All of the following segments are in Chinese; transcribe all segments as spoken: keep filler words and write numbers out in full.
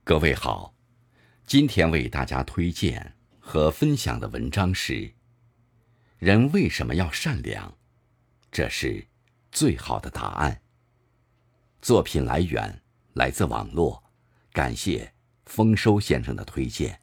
各位好，今天为大家推荐和分享的文章是：人为什么要善良？这是最好的答案。作品来源来自网络，感谢丰收先生的推荐。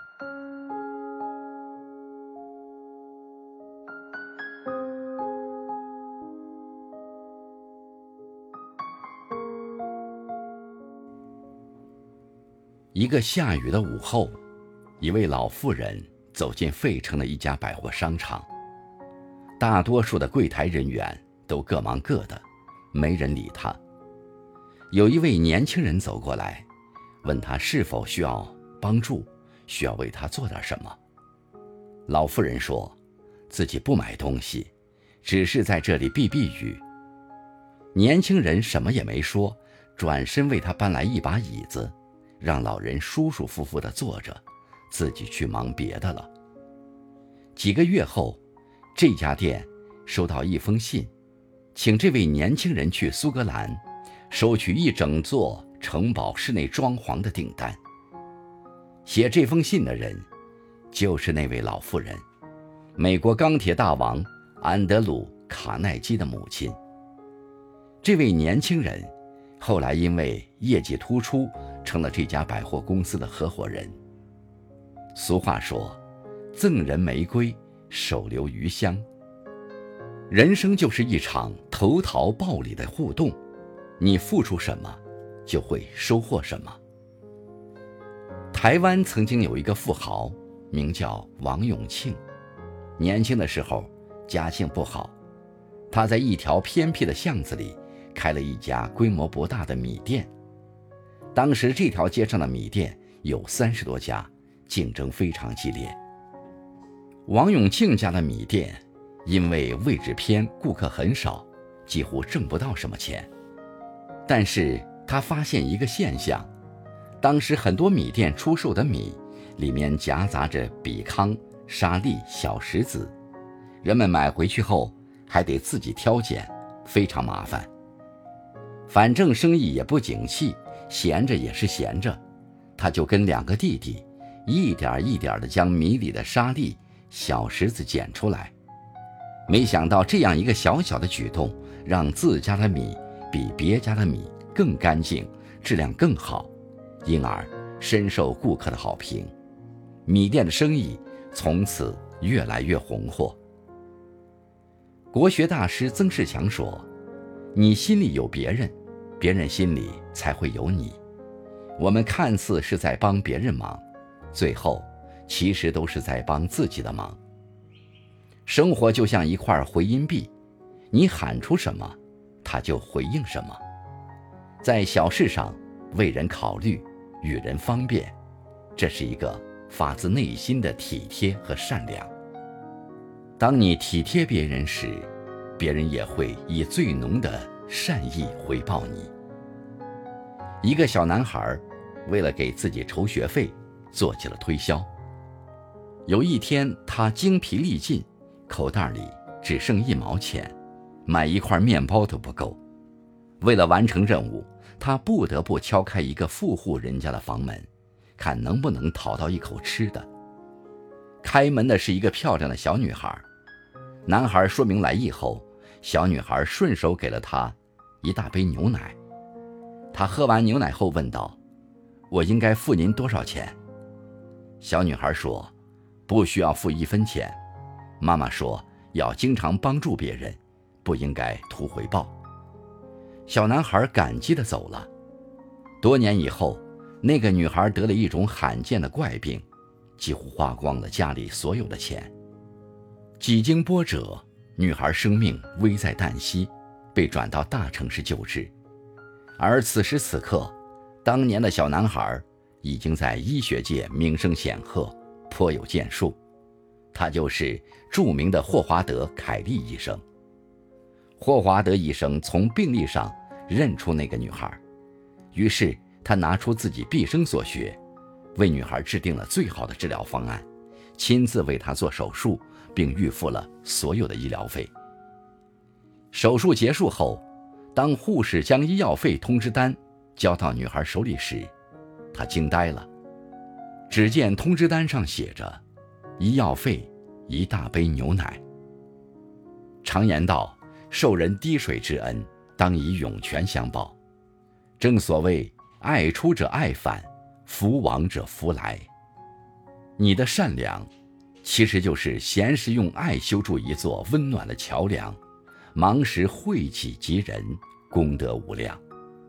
一个下雨的午后，一位老妇人走进费城的一家百货商场，大多数的柜台人员都各忙各的，没人理她。有一位年轻人走过来，问她是否需要帮助，需要为她做点什么。老妇人说自己不买东西，只是在这里避避雨。年轻人什么也没说，转身为她搬来一把椅子，让老人舒舒服服地坐着，自己去忙别的了。几个月后，这家店收到一封信，请这位年轻人去苏格兰收取一整座城堡室内装潢的订单。写这封信的人就是那位老妇人，美国钢铁大王安德鲁·卡耐基的母亲。这位年轻人后来因为业绩突出，成了这家百货公司的合伙人。俗话说，赠人玫瑰，手留余香。人生就是一场投桃报李的互动，你付出什么，就会收获什么。台湾曾经有一个富豪，名叫王永庆。年轻的时候，家境不好，他在一条偏僻的巷子里开了一家规模不大的米店。当时这条街上的米店有三十多家，竞争非常激烈。王永庆家的米店因为位置偏，顾客很少，几乎挣不到什么钱。但是他发现一个现象，当时很多米店出售的米里面夹杂着比康、沙粒、小石子，人们买回去后还得自己挑拣，非常麻烦。反正生意也不景气，闲着也是闲着，他就跟两个弟弟一点一点地将米里的沙粒、小石子捡出来。没想到这样一个小小的举动，让自家的米比别家的米更干净，质量更好，因而深受顾客的好评。米店的生意从此越来越红火。国学大师曾仕强说，你心里有别人，别人心里才会有你。我们看似是在帮别人忙，最后其实都是在帮自己的忙。生活就像一块回音壁，你喊出什么，它就回应什么。在小事上为人考虑，与人方便，这是一个发自内心的体贴和善良。当你体贴别人时，别人也会以最浓的善意回报你。一个小男孩为了给自己筹学费，做起了推销。有一天，他精疲力尽，口袋里只剩一毛钱，买一块面包都不够。为了完成任务，他不得不敲开一个富户人家的房门，看能不能讨到一口吃的。开门的是一个漂亮的小女孩，男孩说明来意后，小女孩顺手给了他一大杯牛奶。他喝完牛奶后问道，我应该付您多少钱？小女孩说，不需要付一分钱。妈妈说，要经常帮助别人，不应该图回报。小男孩感激地走了。多年以后，那个女孩得了一种罕见的怪病，几乎花光了家里所有的钱。几经波折，女孩生命危在旦夕，被转到大城市救治。而此时此刻，当年的小男孩已经在医学界名声显赫，颇有建树。他就是著名的霍华德·凯利医生。霍华德医生从病历上认出那个女孩，于是他拿出自己毕生所学，为女孩制定了最好的治疗方案，亲自为她做手术，并预付了所有的医疗费。手术结束后，当护士将医药费通知单交到女孩手里时， 他惊呆了。只见通知单上写着医药费一大杯牛奶。常言道，受人滴水之恩，当以涌泉相报。正所谓爱出者爱返，福往者福来。你的善良其实就是闲时用爱修筑一座温暖的桥梁，忙时惠己及人，功德无量。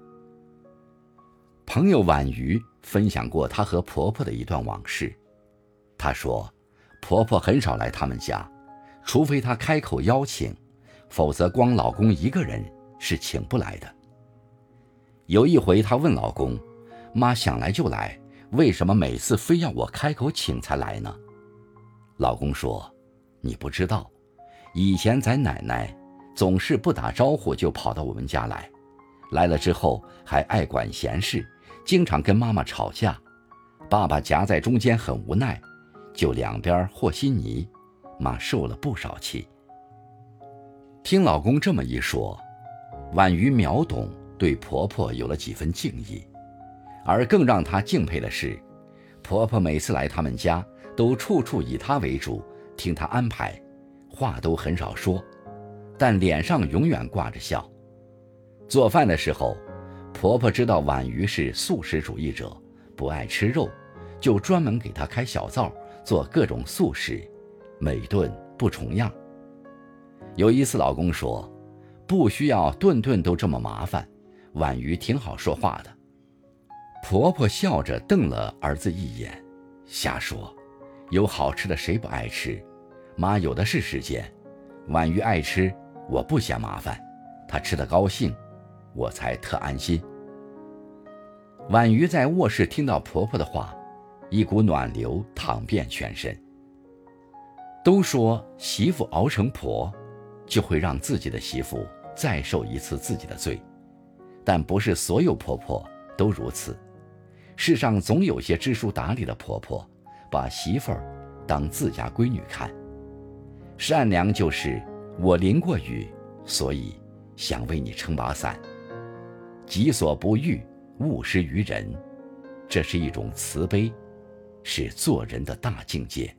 朋友婉瑜分享过她和婆婆的一段往事。她说，婆婆很少来他们家，除非她开口邀请，否则光老公一个人是请不来的。有一回她问老公，妈想来就来，为什么每次非要我开口请才来呢？老公说，你不知道，以前咱奶奶总是不打招呼就跑到我们家来，来了之后还爱管闲事，经常跟妈妈吵架，爸爸夹在中间很无奈，就两边和稀泥，妈受了不少气。听老公这么一说，婉瑜秒懂对婆婆有了几分敬意。而更让她敬佩的是，婆婆每次来他们家都处处以她为主，听她安排，话都很少说，但脸上永远挂着笑。做饭的时候，婆婆知道婉瑜是素食主义者，不爱吃肉，就专门给她开小灶，做各种素食，每顿不重样。有一次老公说，不需要顿顿都这么麻烦，婉瑜挺好说话的。婆婆笑着瞪了儿子一眼，瞎说，有好吃的谁不爱吃，妈有的是时间，婉瑜爱吃，我不嫌麻烦，她吃得高兴，我才特安心。婉瑜在卧室听到婆婆的话，一股暖流淌遍全身。都说媳妇熬成婆，就会让自己的媳妇再受一次自己的罪，但不是所有婆婆都如此。世上总有些知书达理的婆婆，把媳妇儿当自家闺女看。善良就是我淋过雨，所以想为你撑把伞。己所不欲，勿施于人，这是一种慈悲，是做人的大境界。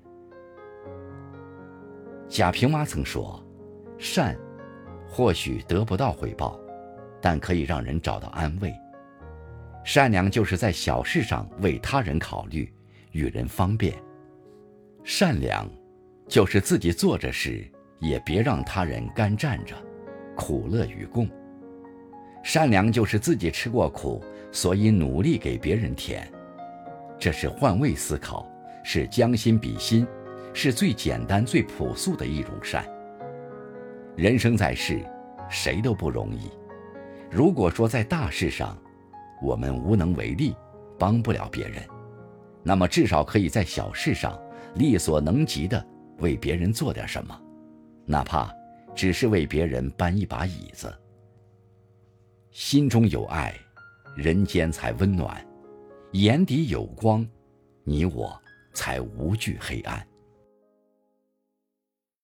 贾平妈曾说，善或许得不到回报，但可以让人找到安慰。善良就是在小事上为他人考虑，与人方便。善良就是自己做着时，也别让他人干站着，苦乐与共。善良就是自己吃过苦，所以努力给别人甜。这是换位思考，是将心比心，是最简单最朴素的一种善。人生在世，谁都不容易。如果说在大事上我们无能为力，帮不了别人，那么至少可以在小事上力所能及的为别人做点什么，哪怕只是为别人搬一把椅子。心中有爱，人间才温暖；眼底有光，你我才无惧黑暗。